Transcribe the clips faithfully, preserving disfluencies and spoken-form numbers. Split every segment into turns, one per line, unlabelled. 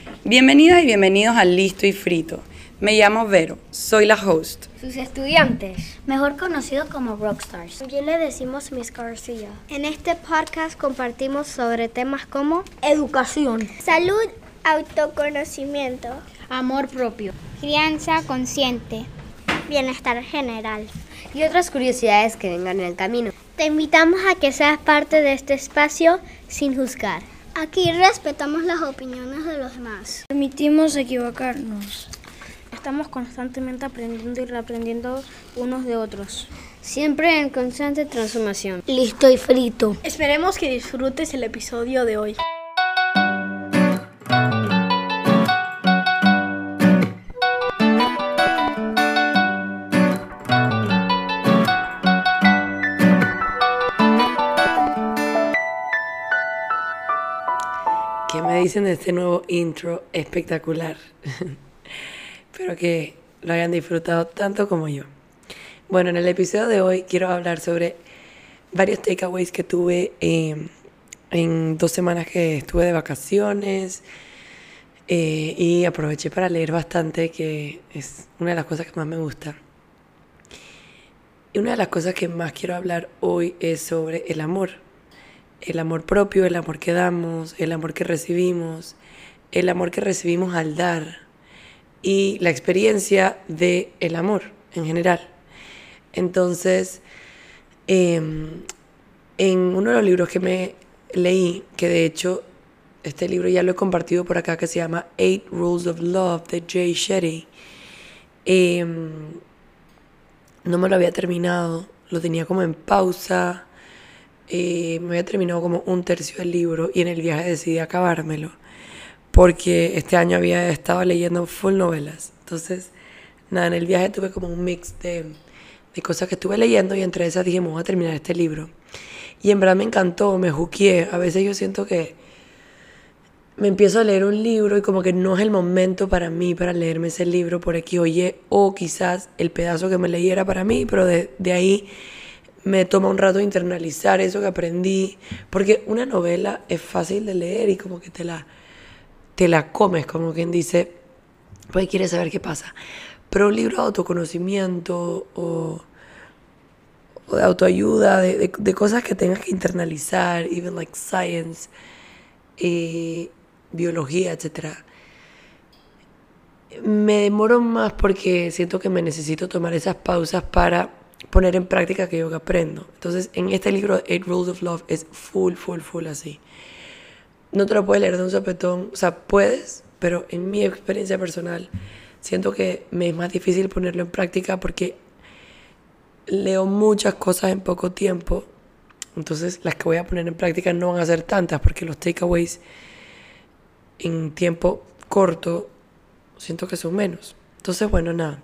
Bienvenidas y bienvenidos a Listo y Frito. Me llamo Vero, soy la host.
Sus estudiantes,
mejor conocidos como Rockstars.
También le decimos Miss García. En este podcast compartimos sobre temas como educación,
salud, autoconocimiento,
amor propio,
crianza consciente, bienestar general
y otras curiosidades que vengan en el camino.
Te invitamos a que seas parte de este espacio sin juzgar.
Aquí respetamos las opiniones de los demás.
Permitimos equivocarnos.
Estamos constantemente aprendiendo y reaprendiendo unos de otros.
Siempre en constante transformación.
Listo y frito.
Esperemos que disfrutes el episodio de hoy.
¿Qué me dicen de este nuevo intro espectacular? Espero que lo hayan disfrutado tanto como yo. Bueno, en el episodio de hoy quiero hablar sobre varios takeaways que tuve eh, en dos semanas que estuve de vacaciones eh, y aproveché para leer bastante, que es una de las cosas que más me gusta. Y una de las cosas que más quiero hablar hoy es sobre el amor. El amor propio, el amor que damos, el amor que recibimos, el amor que recibimos al dar y la experiencia del amor en general. Entonces, eh, en uno de los libros que me leí, que de hecho este libro ya lo he compartido por acá, que se llama Eight Rules of Love de Jay Shetty, eh, no me lo había terminado, lo tenía como en pausa. Eh, me había terminado como un tercio del libro y en el viaje decidí acabármelo porque este año había estado leyendo full novelas. Entonces, nada, en el viaje tuve como un mix de, de cosas que estuve leyendo y entre esas dije, voy a terminar este libro. Y en verdad me encantó, me juqueé. A veces yo siento que me empiezo a leer un libro y como que no es el momento para mí para leerme ese libro por aquí, oye, o quizás el pedazo que me leí era para mí, pero de, de ahí me toma un rato internalizar eso que aprendí, porque una novela es fácil de leer y como que te la, te la comes, como quien dice, pues quieres saber qué pasa. Pero un libro de autoconocimiento o, o de autoayuda, de, de, de cosas que tengas que internalizar, even like science, eh, biología, etcétera, me demoro más porque siento que me necesito tomar esas pausas para poner en práctica aquello que aprendo. Entonces, en este libro, Eight Rules of Love, es full, full, full así. No te lo puedes leer de un sopetón, o sea, puedes, pero en mi experiencia personal, siento que me es más difícil ponerlo en práctica porque leo muchas cosas en poco tiempo. Entonces, las que voy a poner en práctica no van a ser tantas porque los takeaways en tiempo corto siento que son menos. Entonces, bueno, nada.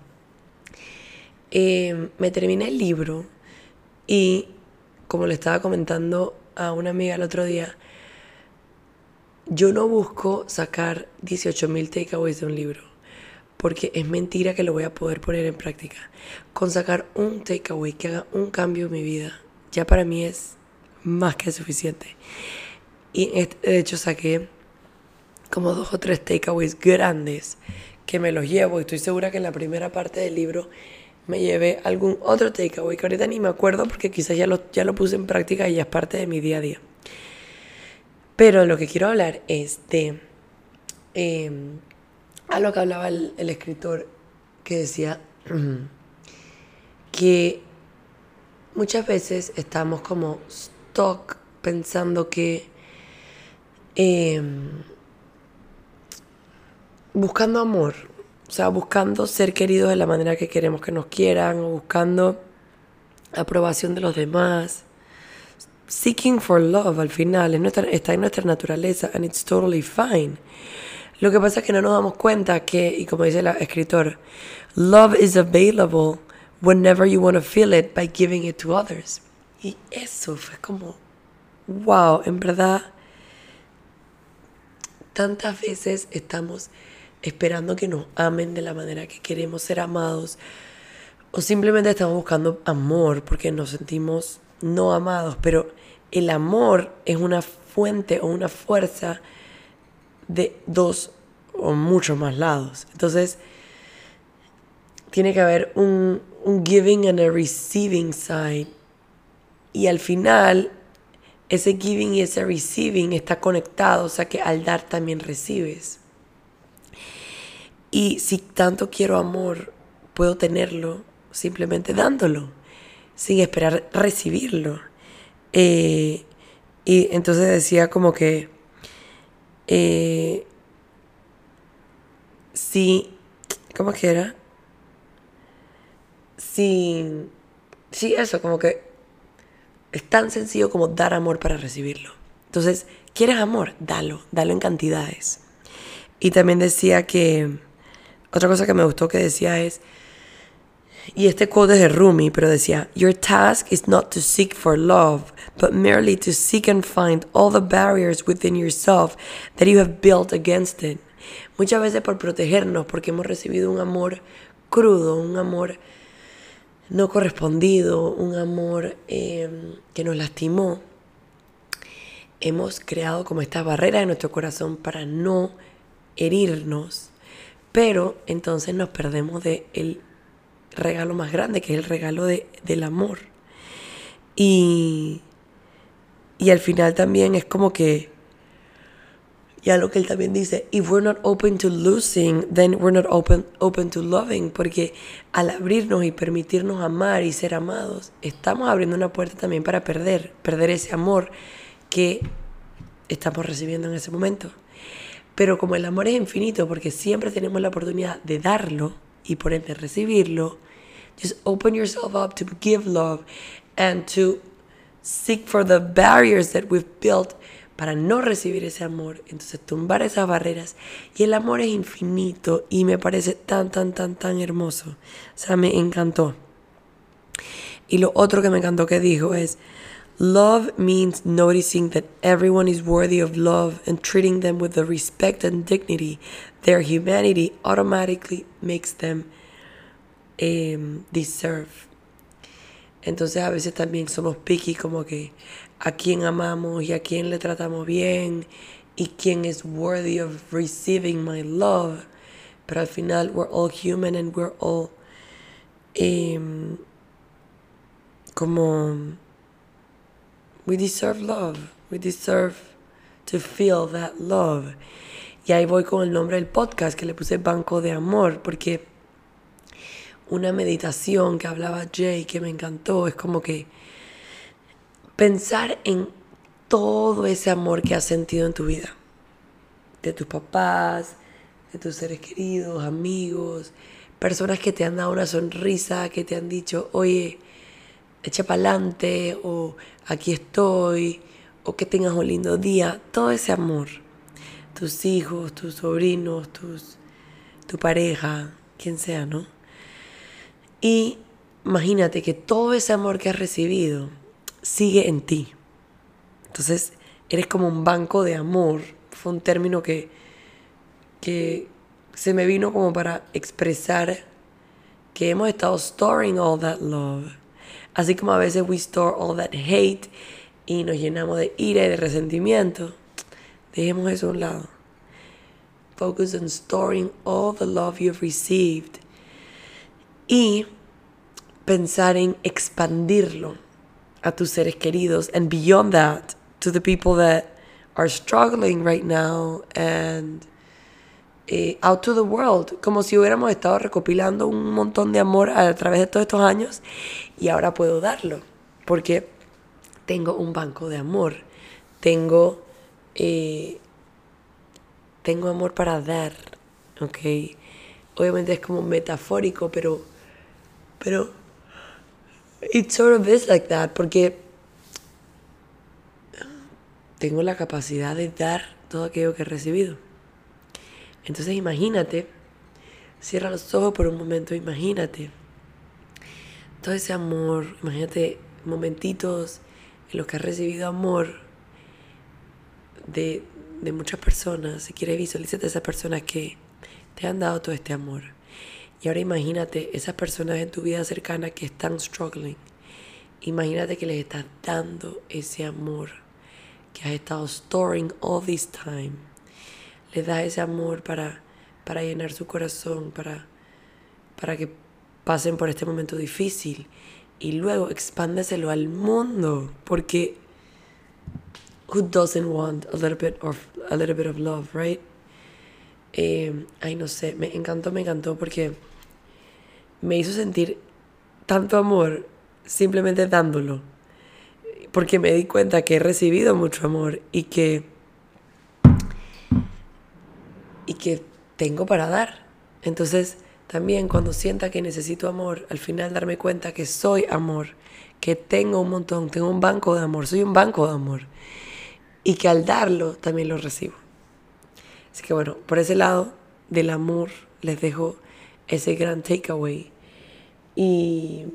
Eh, me terminé el libro y, como le estaba comentando a una amiga el otro día, yo no busco sacar dieciocho mil takeaways de un libro porque es mentira que lo voy a poder poner en práctica. Con sacar un takeaway que haga un cambio en mi vida, ya para mí es más que suficiente. Y de hecho saqué como dos o tres takeaways grandes que me los llevo y estoy segura que en la primera parte del libro me llevé algún otro takeaway que ahorita ni me acuerdo porque quizás ya lo, ya lo puse en práctica y ya es parte de mi día a día. Pero lo que quiero hablar es de eh, algo que hablaba el, el escritor, que decía que muchas veces estamos como stuck pensando que eh, buscando amor, o sea, buscando ser queridos de la manera que queremos que nos quieran, o buscando aprobación de los demás. Seeking for love, al final, es nuestra, está en nuestra naturaleza, and it's totally fine. Lo que pasa es que no nos damos cuenta que, y como dice el escritor, love is available whenever you want to feel it by giving it to others. Y eso fue como, wow, en verdad, tantas veces estamos esperando que nos amen de la manera que queremos ser amados, o simplemente estamos buscando amor porque nos sentimos no amados, pero el amor es una fuente o una fuerza de dos, o o muchos más lados. Entonces, tiene que haber un, un giving and a receiving side. Y al final, ese giving y ese receiving está conectado, o sea que al dar también recibes. Y si tanto quiero amor, puedo tenerlo simplemente dándolo, sin esperar recibirlo. Eh, y entonces decía como que eh, si, ¿cómo que era? Si, sí, eso, como que es tan sencillo como dar amor para recibirlo. Entonces, ¿quieres amor? Dalo, dalo en cantidades. Y también decía que, otra cosa que me gustó que decía es, y este quote es de Rumi, pero decía, your task is not to seek for love, but merely to seek and find all the barriers within yourself that you have built against it. Muchas veces por protegernos, porque hemos recibido un amor crudo, un amor no correspondido, un amor eh, que nos lastimó, hemos creado como estas barreras en nuestro corazón para no herirnos, pero entonces nos perdemos de el regalo más grande, que es el regalo de, del amor. Y, y al final también es como que, ya lo que él también dice, if we're not open to losing, then we're not open, open to loving, porque al abrirnos y permitirnos amar y ser amados, estamos abriendo una puerta también para perder, perder ese amor que estamos recibiendo en ese momento. Pero como el amor es infinito, porque siempre tenemos la oportunidad de darlo y por ende recibirlo, just open yourself up to give love and to seek for the barriers that we've built para no recibir ese amor. Entonces tumbar esas barreras. Y el amor es infinito y me parece tan, tan, tan, tan hermoso. O sea, me encantó. Y lo otro que me encantó que dijo es, love means noticing that everyone is worthy of love and treating them with the respect and dignity their humanity automatically makes them um, deserve. Entonces a veces también somos picky, como que a quién amamos y a quién le tratamos bien y quién es worthy of receiving my love. Pero al final we're all human and we're all um, como we deserve love. We deserve to feel that love. Y ahí voy con el nombre del podcast que le puse Banco de Amor, porque una meditación que hablaba Jay que me encantó es como que pensar en todo ese amor que has sentido en tu vida, de tus papás, de tus seres queridos, amigos, personas que te han dado una sonrisa, que te han dicho, oye, echa para adelante, o aquí estoy, o que tengas un lindo día. Todo ese amor, tus hijos, tus sobrinos, tus, tu pareja, quien sea, ¿no? Y imagínate que todo ese amor que has recibido sigue en ti. Entonces eres como un banco de amor. Fue un término que, que se me vino como para expresar que hemos estado storing all that love. Así como a veces we store all that hate y nos llenamos de ira y de resentimiento. Dejemos eso a un lado. Focus on storing all the love you've received. Y pensar en expandirlo a tus seres queridos. And beyond that, to the people that are struggling right now. And eh, out to the world. Como si hubiéramos estado recopilando un montón de amor a través de todos estos años. Y ahora puedo darlo. Porque tengo un banco de amor. Tengo... Eh, tengo amor para dar. Ok. Obviamente es como metafórico, pero... Pero... It sort of is like that. Porque... tengo la capacidad de dar todo aquello que he recibido. Entonces imagínate, cierra los ojos por un momento, imagínate todo ese amor, imagínate momentitos en los que has recibido amor de, de muchas personas. Si quieres, visualízate a esas personas que te han dado todo este amor. Y ahora imagínate esas personas en tu vida cercana que están struggling. Imagínate que les estás dando ese amor que has estado storing all this time. Les das ese amor para para llenar su corazón, para, para que pasen por este momento difícil. Y luego expándeselo al mundo, porque who doesn't want a little bit of, a little bit of love, right? Eh, ay, no sé, me encantó, me encantó porque me hizo sentir tanto amor simplemente dándolo. Porque me di cuenta que he recibido mucho amor y que, y que tengo para dar. Entonces, también cuando sienta que necesito amor, al final darme cuenta que soy amor, que tengo un montón, tengo un banco de amor, soy un banco de amor. Y que al darlo también lo recibo. Así que bueno, por ese lado del amor les dejo ese gran takeaway. Y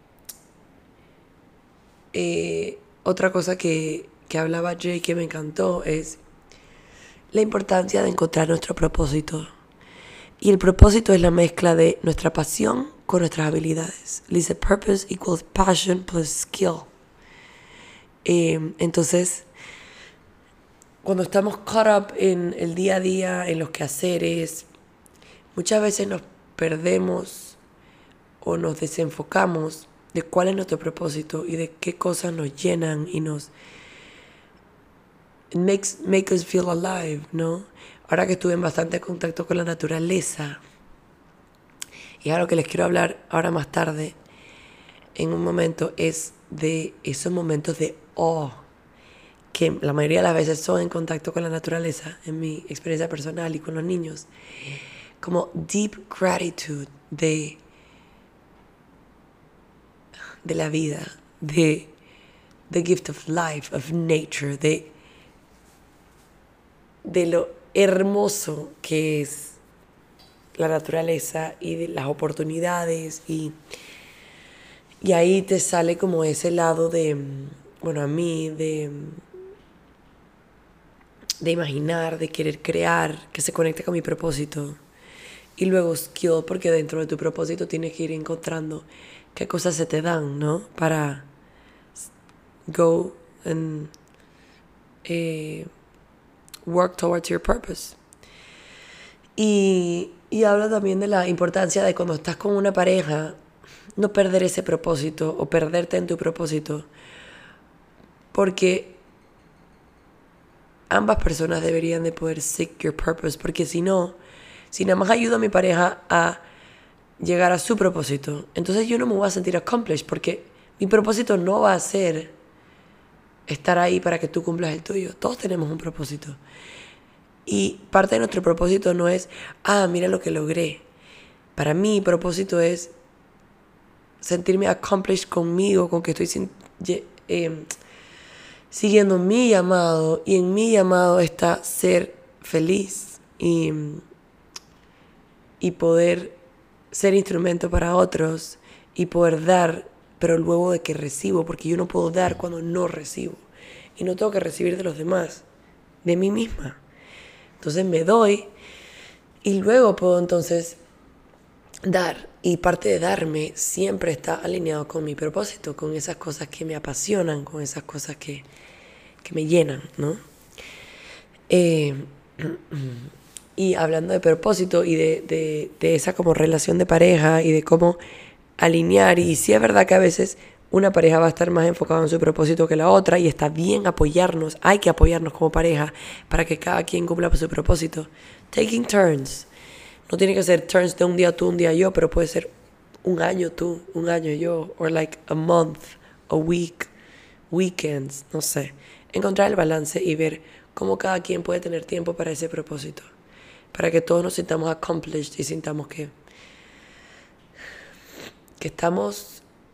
eh, otra cosa que, que hablaba Jay que me encantó es la importancia de encontrar nuestro propósito. Y el propósito es la mezcla de nuestra pasión con nuestras habilidades. Dice purpose equals passion plus skill. Eh, entonces, cuando estamos caught up en el día a día, en los quehaceres, muchas veces nos perdemos o nos desenfocamos de cuál es nuestro propósito y de qué cosas nos llenan y nos makes, make us feel alive, ¿no? Ahora que estuve en bastante contacto con la naturaleza, y algo que les quiero hablar ahora más tarde, en un momento, es de esos momentos de oh, que la mayoría de las veces son en contacto con la naturaleza, en mi experiencia personal y con los niños, como deep gratitude de, de la vida, de the gift of life, of nature, de, de lo hermoso que es la naturaleza y de las oportunidades y, y ahí te sale como ese lado de, bueno, a mí, de, de imaginar, de querer crear, que se conecte con mi propósito. Y luego skill, porque dentro de tu propósito tienes que ir encontrando qué cosas se te dan, ¿no? Para go and eh, work towards your purpose. Y, y habla también de la importancia de cuando estás con una pareja, no perder ese propósito o perderte en tu propósito. Porque ambas personas deberían de poder seek your purpose. Porque si no, si nada más ayudo a mi pareja a llegar a su propósito, entonces yo no me voy a sentir accomplished, porque mi propósito no va a ser estar ahí para que tú cumplas el tuyo. Todos tenemos un propósito. Y parte de nuestro propósito no es, ah, mira lo que logré. Para mí, mi propósito es sentirme accomplished conmigo, con que estoy sin, eh, siguiendo mi llamado. Y en mi llamado está ser feliz y, y poder ser instrumento para otros y poder dar, pero luego de que recibo, porque yo no puedo dar cuando no recibo. Y no tengo que recibir de los demás, de mí misma. Entonces me doy y luego puedo entonces dar. Y parte de darme siempre está alineado con mi propósito, con esas cosas que me apasionan, con esas cosas que, que me llenan, ¿no? Eh, y hablando de propósito y de, de, de esa como relación de pareja y de cómo alinear, y sí es verdad que a veces una pareja va a estar más enfocada en su propósito que la otra, y está bien apoyarnos, hay que apoyarnos como pareja para que cada quien cumpla su propósito. Taking turns. No tiene que ser turns de un día tú, un día yo, pero puede ser un año tú, un año yo, or like a month, a week, weekends, no sé. Encontrar el balance y ver cómo cada quien puede tener tiempo para ese propósito, para que todos nos sintamos accomplished y sintamos que, que estamos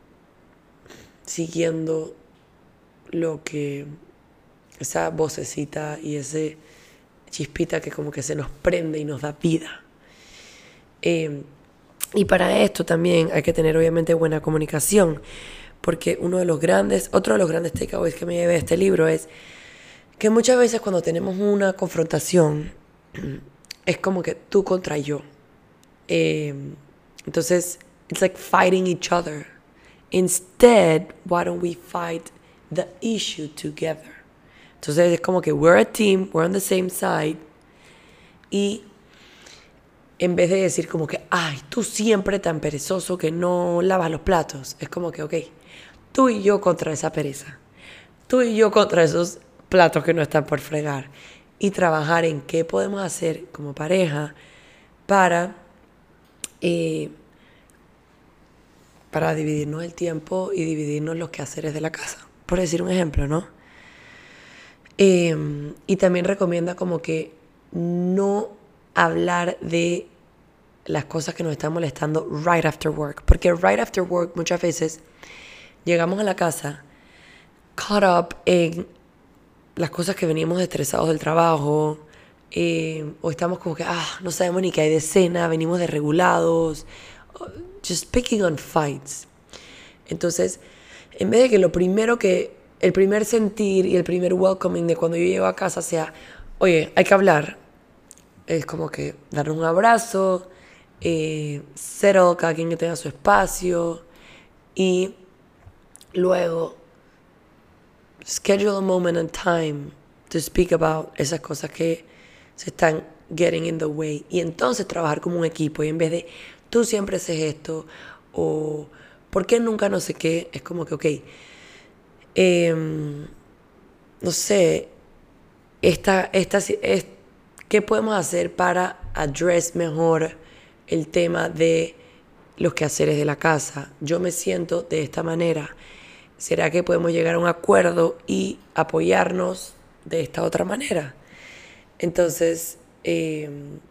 siguiendo lo que esa vocecita y ese chispita que como que se nos prende y nos da vida. Eh, y para esto también hay que tener obviamente buena comunicación, porque uno de los grandes, otro de los grandes takeaways que me llevé de este libro es que muchas veces cuando tenemos una confrontación es como que tú contra yo. Eh, entonces, it's like fighting each other. Instead, why don't we fight the issue together? Entonces es como que we're a team, we're on the same side. Y en vez de decir como que, ay, tú siempre tan perezoso que no lavas los platos. Es como que, ok, tú y yo contra esa pereza. Tú y yo contra esos platos que no están por fregar. Y trabajar en qué podemos hacer como pareja para, eh, para dividirnos el tiempo y dividirnos los quehaceres de la casa. Por decir un ejemplo, ¿no? Eh, y también recomienda como que no hablar de las cosas que nos están molestando right after work. Porque right after work muchas veces llegamos a la casa caught up en las cosas que veníamos estresados del trabajo, eh, o estamos como que, ah, no sabemos ni qué hay de cena, venimos desregulados, just picking on fights. Entonces, en vez de que lo primero que, el primer sentir y el primer welcoming de cuando yo llego a casa sea, oye, hay que hablar, es como que darnos un abrazo, eh, settle, cada quien que tenga su espacio, y luego schedule a moment in time to speak about esas cosas que se están getting in the way, y entonces trabajar como un equipo, y en vez de tú siempre haces esto o ¿por qué nunca no sé qué? Es como que, ok, eh, no sé, esta, esta, es, ¿qué podemos hacer para address mejor el tema de los quehaceres de la casa? Yo me siento de esta manera. ¿Será que podemos llegar a un acuerdo y apoyarnos de esta otra manera? Entonces, eh,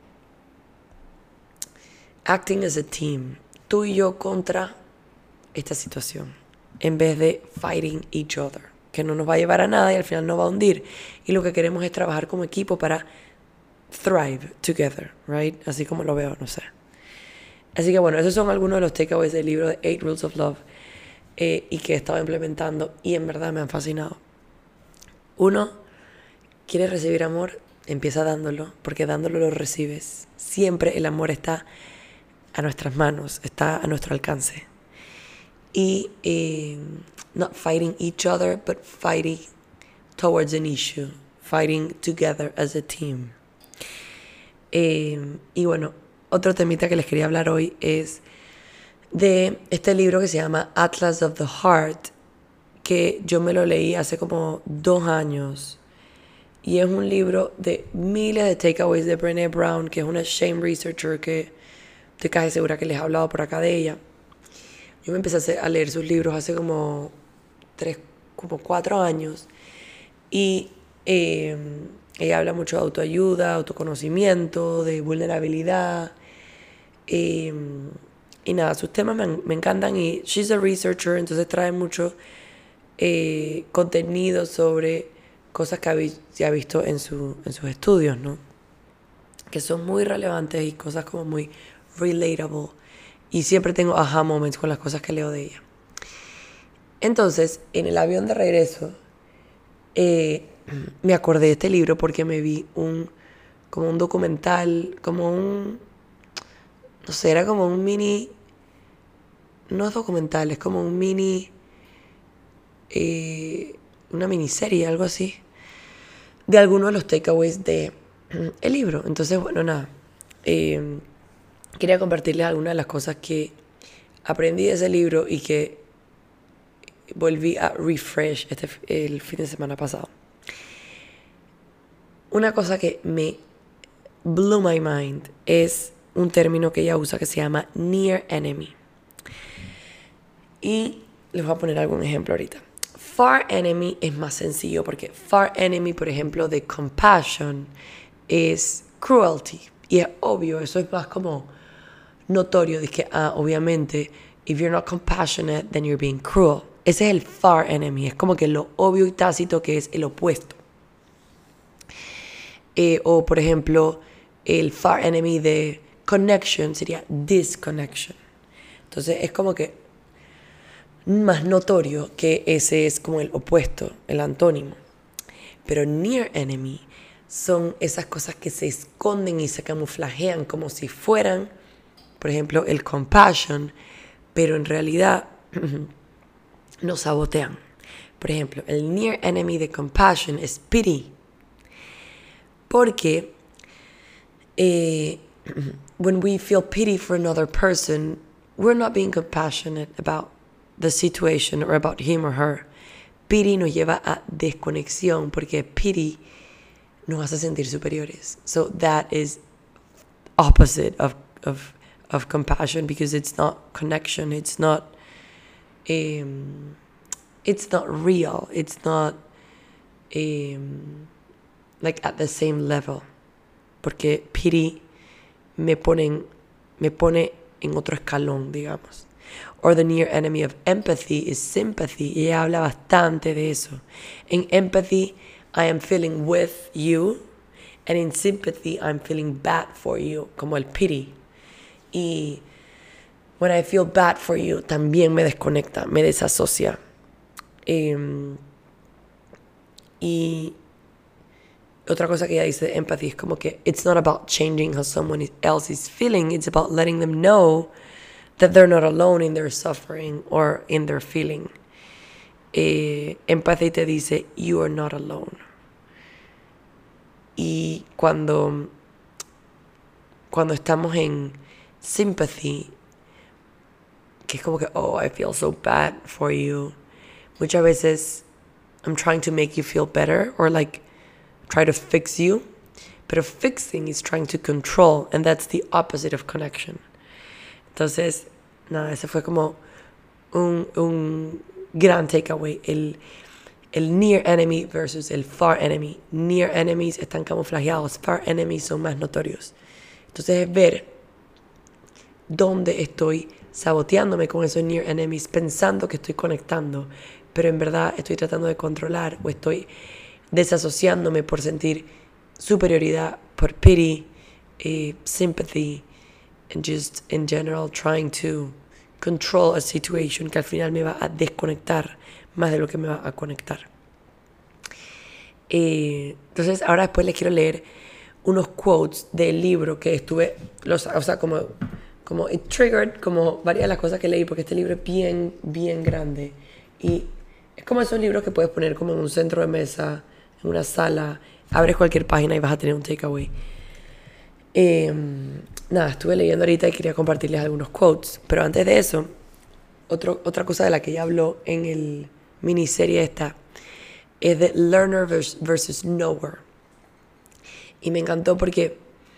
acting as a team, tú y yo contra esta situación, en vez de fighting each other, que no nos va a llevar a nada y al final nos va a hundir. Y lo que queremos es trabajar como equipo para thrive together, right? Así como lo veo, no sé. Así que bueno, esos son algunos de los takeaways del libro de Eight Rules of Love, eh, y que he estado implementando y en verdad me han fascinado. Uno, ¿quieres recibir amor? Empieza dándolo, porque dándolo lo recibes. Siempre el amor está a nuestras manos, está a nuestro alcance. Y eh, not fighting each other, but fighting towards an issue, fighting together as a team. Eh, y bueno, otro temita que les quería hablar hoy es de este libro que se llama Atlas of the Heart, que yo me lo leí hace como dos años. Y es un libro de miles de takeaways de Brené Brown, que es una shame researcher que estoy casi segura que les he hablado por acá de ella. Yo me empecé a leer sus libros hace como tres, como cuatro años. Y eh, ella habla mucho de autoayuda, autoconocimiento, de vulnerabilidad. Eh, y nada, sus temas me, me encantan. Y she's a researcher, entonces trae mucho eh, contenido sobre cosas que ha, vi- se ha visto en, su, en sus estudios, ¿no? Que son muy relevantes y cosas como muy relatable. Y siempre tengo aha moments con las cosas que leo de ella. Entonces, en el avión de regreso, eh, me acordé de este libro porque me vi un, como un documental, como un, no sé, era como un mini, no es documental, es como un mini, eh, una miniserie, algo así, de algunos de los takeaways de el libro. Entonces, bueno, nada, eh, quería compartirles algunas de las cosas que aprendí de ese libro y que volví a refresh este, el fin de semana pasado. Una cosa que me blew my mind es un término que ella usa que se llama near enemy. Y les voy a poner algún ejemplo ahorita. Far enemy es más sencillo porque far enemy, por ejemplo, de compassion es cruelty. Y es obvio, eso es más como notorio, de que, ah, obviamente, if you're not compassionate, then you're being cruel. Ese es el far enemy, es como que lo obvio y tácito que es el opuesto. Eh, o, por ejemplo, el far enemy de connection sería disconnection. Entonces, es como que más notorio que ese es como el opuesto, el antónimo. Pero near enemy son esas cosas que se esconden y se camuflajean como si fueran, por ejemplo, el compassion, pero en realidad nos sabotean. Por ejemplo, el near enemy de compassion es pity. Porque eh, when we feel pity for another person, we're not being compassionate about the situation or about him or her. Pity nos lleva a desconexión porque pity nos hace sentir superiores. So that is opposite of of of compassion because it's not connection. It's not um, it's not real. It's not um, like at the same level. Porque pity me ponen, me pone en otro escalón, digamos. Or the near enemy of empathy is sympathy. Y ella habla bastante de eso. In empathy, I am feeling with you. And in sympathy, I'm feeling bad for you. Como el pity. Y when I feel bad for you, también me desconecta, me desasocia. Um, y otra cosa que ella dice de empathy es como que it's not about changing how someone else is feeling. It's about letting them know that they're not alone in their suffering or in their feeling. Eh, empathy te dice, you are not alone. Y cuando, cuando estamos en sympathy, que es como que, oh, I feel so bad for you. Muchas veces, I'm trying to make you feel better or like try to fix you. Pero fixing is trying to control, and that's the opposite of connection. Entonces, nada, ese fue como un, un gran takeaway. El, el near enemy versus el far enemy. Near enemies están camuflajeados, far enemies son más notorios. Entonces es ver dónde estoy saboteándome con esos near enemies, pensando que estoy conectando, pero en verdad estoy tratando de controlar o estoy desasociándome por sentir superioridad, por pity, eh, sympathy, and just in general trying to control a situation que al final me va a desconectar más de lo que me va a conectar. Eh, entonces ahora después les quiero leer unos quotes del libro que estuve, los, o sea, como, como it triggered como varias de las cosas que leí, porque este libro es bien, bien grande y es como esos libros que puedes poner como en un centro de mesa, en una sala, abres cualquier página y vas a tener un takeaway. Eh, nada, estuve leyendo ahorita y quería compartirles algunos quotes, pero antes de eso, otro, otra cosa de la que ella habló en el miniserie esta es de learner versus knower. Y me encantó porque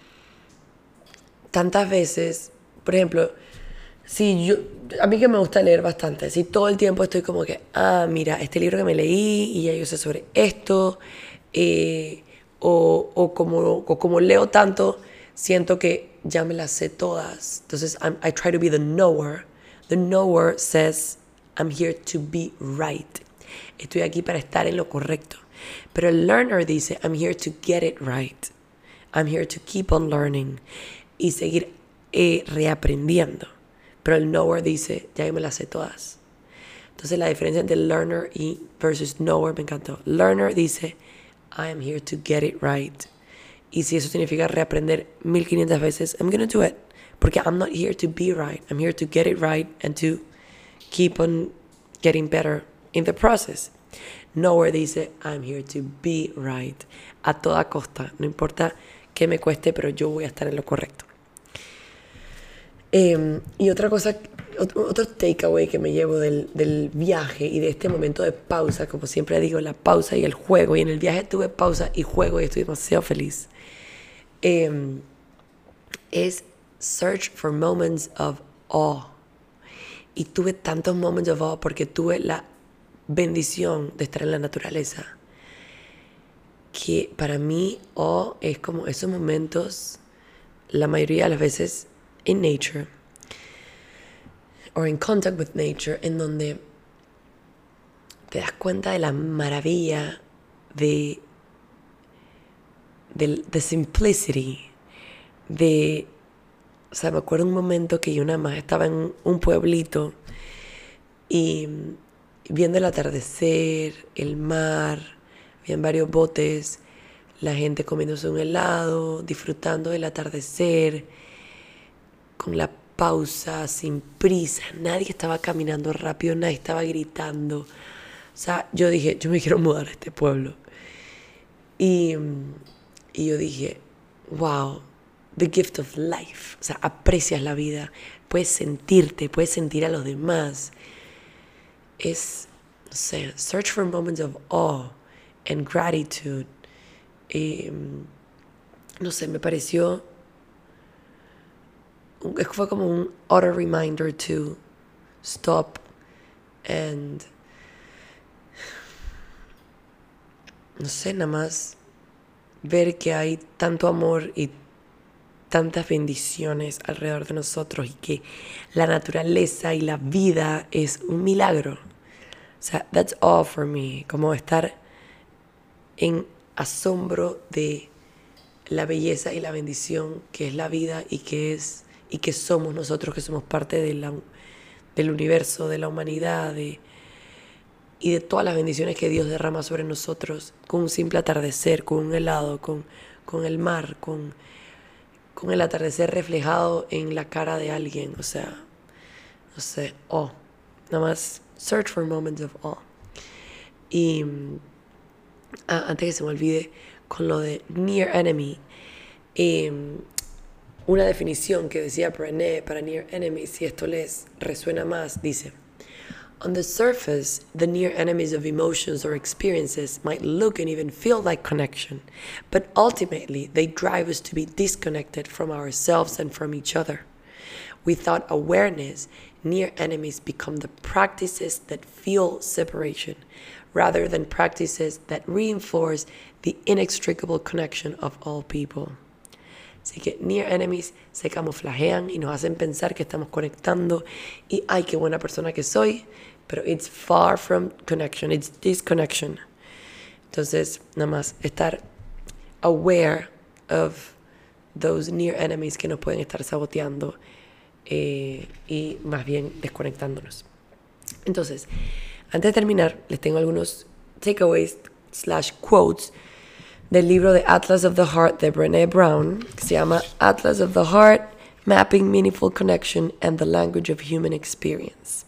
tantas veces, por ejemplo, si yo, a mí que me gusta leer bastante, si todo el tiempo estoy como que, ah, mira, este libro que me leí y ya yo sé sobre esto, eh, o, o, como, o como leo tanto, siento que ya me las sé todas. Entonces, I'm, I try to be the knower. The knower says, I'm here to be right. Estoy aquí para estar en lo correcto. Pero el learner dice, I'm here to get it right. I'm here to keep on learning. Y seguir eh, reaprendiendo. Pero el knower dice, ya me las sé todas. Entonces, la diferencia entre learner y versus knower me encantó. Learner dice, I am here to get it right. Y si eso significa reaprender mil quinientas veces, I'm going to do it. Porque I'm not here to be right. I'm here to get it right and to keep on getting better in the process. Knower dice, I'm here to be right. A toda costa. No importa qué me cueste, pero yo voy a estar en lo correcto. Eh, y otra cosa, otro, otro takeaway que me llevo del, del viaje y de este momento de pausa, como siempre digo, la pausa y el juego. Y en el viaje tuve pausa y juego y estoy demasiado feliz. Eh, es search for moments of awe. Y tuve tantos moments of awe porque tuve la bendición de estar en la naturaleza. Que para mí awe es como esos momentos, la mayoría de las veces, in nature or in contact with nature, en donde te das cuenta de la maravilla de de, de simplicity, de, o sea, me acuerdo un momento que yo nada más estaba en un pueblito y viendo el atardecer, el mar, habían varios botes, la gente comiéndose un helado, disfrutando del atardecer, con la pausa, sin prisa, nadie estaba caminando rápido, nadie estaba gritando. O sea, yo dije, yo me quiero mudar a este pueblo. Y, y yo dije, wow, the gift of life. O sea, aprecias la vida, puedes sentirte, puedes sentir a los demás. Es, no sé, search for moments of awe and gratitude. Eh, no sé, me pareció, fue como un auto reminder to stop and, no sé, nada más ver que hay tanto amor y tantas bendiciones alrededor de nosotros y que la naturaleza y la vida es un milagro. O sea, that's all for me. Como estar en asombro de la belleza y la bendición que es la vida y que es y que somos nosotros, que somos parte de la, del universo, de la humanidad, de, y de todas las bendiciones que Dios derrama sobre nosotros con un simple atardecer, con un helado, con, con el mar, con, con el atardecer reflejado en la cara de alguien. O sea, no sé, oh, nada más search for moments of awe. Y ah, antes que se me olvide, con lo de near enemy, eh, una definición que decía Brené para near enemy, si esto les resuena más, dice: on the surface, the near enemies of emotions or experiences might look and even feel like connection, but ultimately they drive us to be disconnected from ourselves and from each other. Without awareness, near enemies become the practices that fuel separation, rather than practices that reinforce the inextricable connection of all people. Así que near enemies se camuflajean y nos hacen pensar que estamos conectando y ay, qué buena persona que soy, pero it's far from connection, it's disconnection. Entonces, nada más estar aware of those near enemies que nos pueden estar saboteando eh, y más bien desconectándonos. Entonces, antes de terminar, les tengo algunos takeaways slash quotes del libro de Atlas of the Heart de Brené Brown, que se llama Atlas of the Heart, Mapping Meaningful Connection and the Language of Human Experience.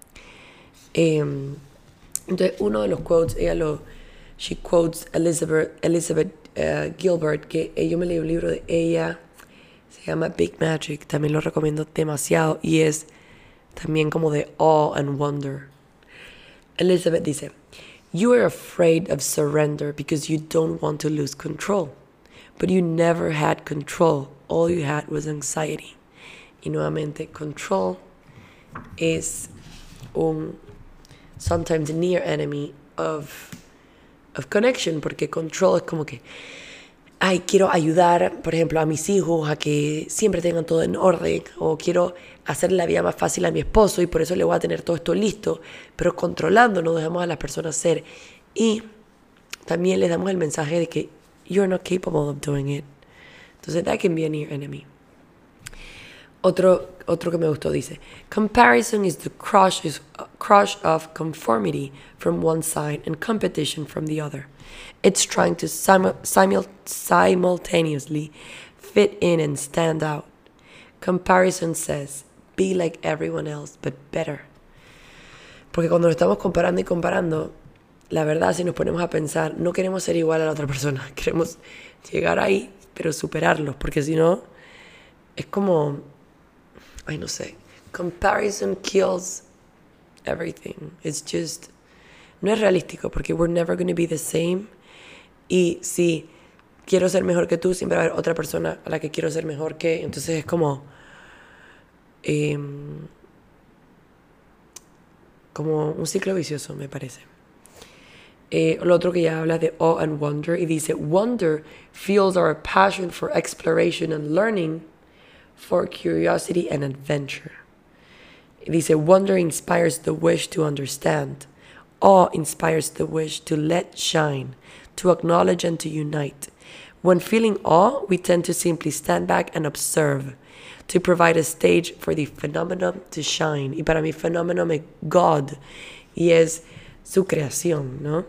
Eh, entonces, uno de los quotes, ella lo, she quotes Elizabeth, Elizabeth uh, Gilbert, que yo me leí un libro de ella, se llama Big Magic, también lo recomiendo demasiado, y es también como de awe and wonder. Elizabeth dice: you are afraid of surrender because you don't want to lose control. But you never had control. All you had was anxiety. Y nuevamente, control es un sometimes near enemy of, of connection, porque control es como que, ay, quiero ayudar, por ejemplo, a mis hijos a que siempre tengan todo en orden, o quiero hacerle la vida más fácil a mi esposo y por eso le voy a tener todo esto listo, pero controlando no dejamos a las personas ser. Y también les damos el mensaje de que you're not capable of doing it. Entonces, that can be a near enemy. Otro, otro que me gustó dice: comparison is the crush, is, uh, crush of conformity from one side and competition from the other. It's trying to simu- simul- simultaneously fit in and stand out. Comparison says, be like everyone else, but better. Porque cuando nos estamos comparando y comparando, la verdad, si nos ponemos a pensar, no queremos ser igual a la otra persona. Queremos llegar ahí, pero superarlos. Porque si no, es como, ay, no sé. Comparison kills everything. It's just, no es realístico, porque we're never going to be the same. Y si quiero ser mejor que tú, siempre va a haber otra persona a la que quiero ser mejor que. Entonces es como eh, como un ciclo vicioso, me parece. Eh, lo otro que ya habla de awe and wonder, y dice: wonder fuels our passion for exploration and learning, for curiosity and adventure. Y dice: wonder inspires the wish to understand. Awe inspires the wish to let shine, to acknowledge and to unite. When feeling awe, we tend to simply stand back and observe, to provide a stage for the phenomenon to shine. Y para mí, phenomenon es God, y es su creación, ¿no?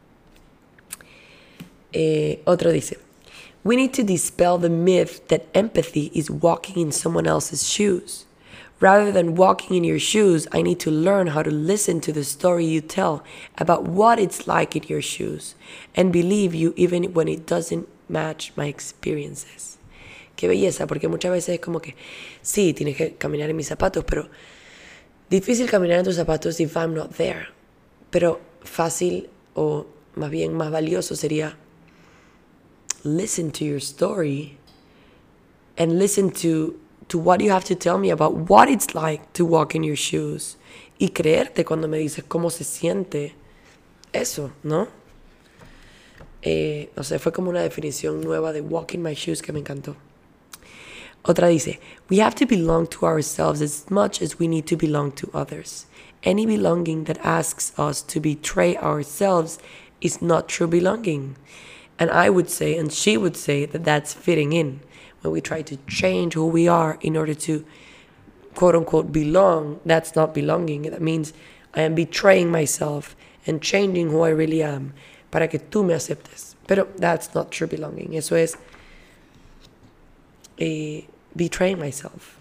Eh, otro dice: we need to dispel the myth that empathy is walking in someone else's shoes. Rather than walking in your shoes, I need to learn how to listen to the story you tell about what it's like in your shoes, and believe you even when it doesn't match my experiences. qué belleza, porque muchas veces es como que, sí, tienes que caminar en mis zapatos, pero difícil caminar en tus zapatos if I'm not there. Pero fácil, o más bien más valioso sería listen to your story and listen to, to what you have to tell me about what it's like to walk in your shoes. Y creerte cuando me dices cómo se siente eso, ¿no? Eh, no sé, fue como una definición nueva de walk in my shoes que me encantó. Otra dice, we have to belong to ourselves as much as we need to belong to others. Any belonging that asks us to betray ourselves is not true belonging. And I would say, and she would say, that that's fitting in. When we try to change who we are in order to, quote unquote, belong, that's not belonging. That means I am betraying myself and changing who I really am para que tú me aceptes. Pero that's not true belonging. Eso es eh, betraying myself.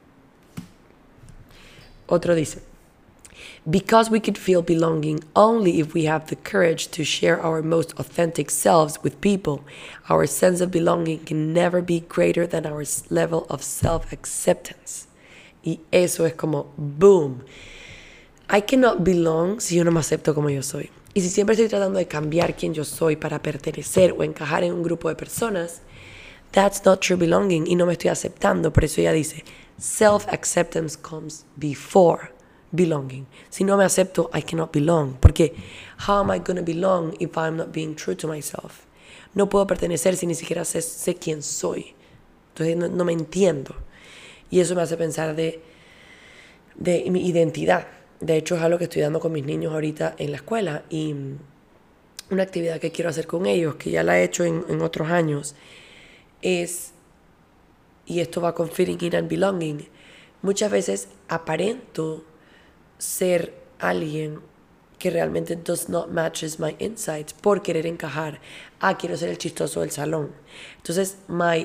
Otro dice, because we could feel belonging only if we have the courage to share our most authentic selves with people, our sense of belonging can never be greater than our level of self-acceptance. Y eso es como, boom. I cannot belong si yo no me acepto como yo soy. Y si siempre estoy tratando de cambiar quién yo soy para pertenecer o encajar en un grupo de personas, that's not true belonging y no me estoy aceptando. Por eso ella dice, self-acceptance comes before belonging. Si no me acepto, I cannot belong. Porque how am I going to belong if I'm not being true to myself? No puedo pertenecer si ni siquiera sé, sé quién soy. Entonces no, no me entiendo. Y eso me hace pensar de, de mi identidad. De hecho, es algo que estoy dando con mis niños ahorita en la escuela. Y una actividad que quiero hacer con ellos, que ya la he hecho en, en otros años, es, y esto va con fitting in and belonging, muchas veces aparento ser alguien que realmente does not matches my insights por querer encajar. Ah, quiero ser el chistoso del salón. Entonces, my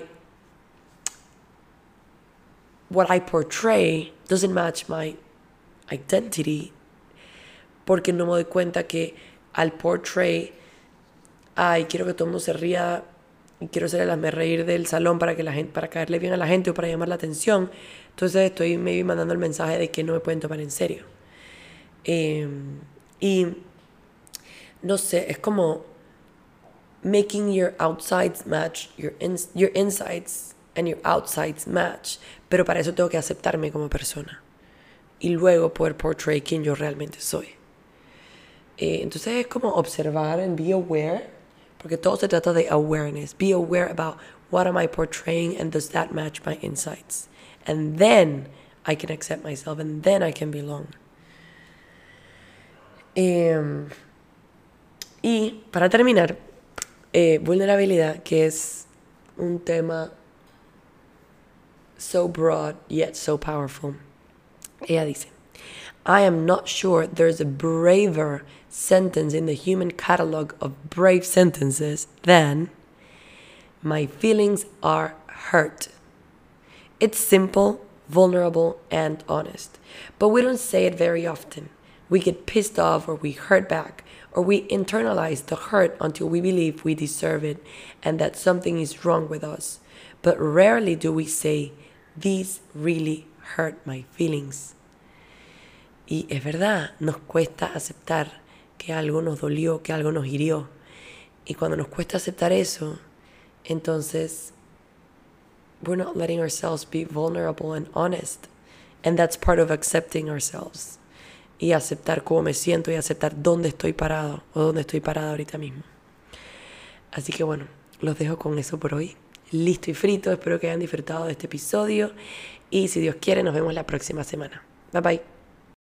what I portray doesn't match my identity, porque no me doy cuenta que al portray, ay, quiero que todo el mundo se ría y quiero ser el hazme reír del salón para que la gente, para caerle bien a la gente o para llamar la atención, entonces estoy maybe mandando el mensaje de que no me pueden tomar en serio. Eh, y no sé, es como making your outsides match your, in, your insides and your outsides match, pero para eso tengo que aceptarme como persona y luego poder portray quién yo realmente soy. Eh, entonces es como observar and be aware, porque todo se trata de awareness. Be aware about what am I portraying and does that match my insights, and then I can accept myself and then I can belong. Eh, y para terminar, eh, vulnerabilidad, que es un tema so broad yet so powerful. Ella dice, I am not sure there's a braver sentence in the human catalog of brave sentences than my feelings are hurt. It's simple, vulnerable, and honest, but we don't say it very often. We get pissed off or we hurt back or we internalize the hurt until we believe we deserve it and that something is wrong with us. But rarely do we say, these really hurt my feelings. Y es verdad, nos cuesta aceptar que algo nos dolió, que algo nos hirió. Y cuando nos cuesta aceptar eso, entonces we're not letting ourselves be vulnerable and honest. And that's part of accepting ourselves. Y aceptar cómo me siento y aceptar dónde estoy parado o dónde estoy parada ahorita mismo. Así que bueno, los dejo con eso por hoy. Listo y frito, espero que hayan disfrutado de este episodio y si Dios quiere nos vemos la próxima semana. Bye bye.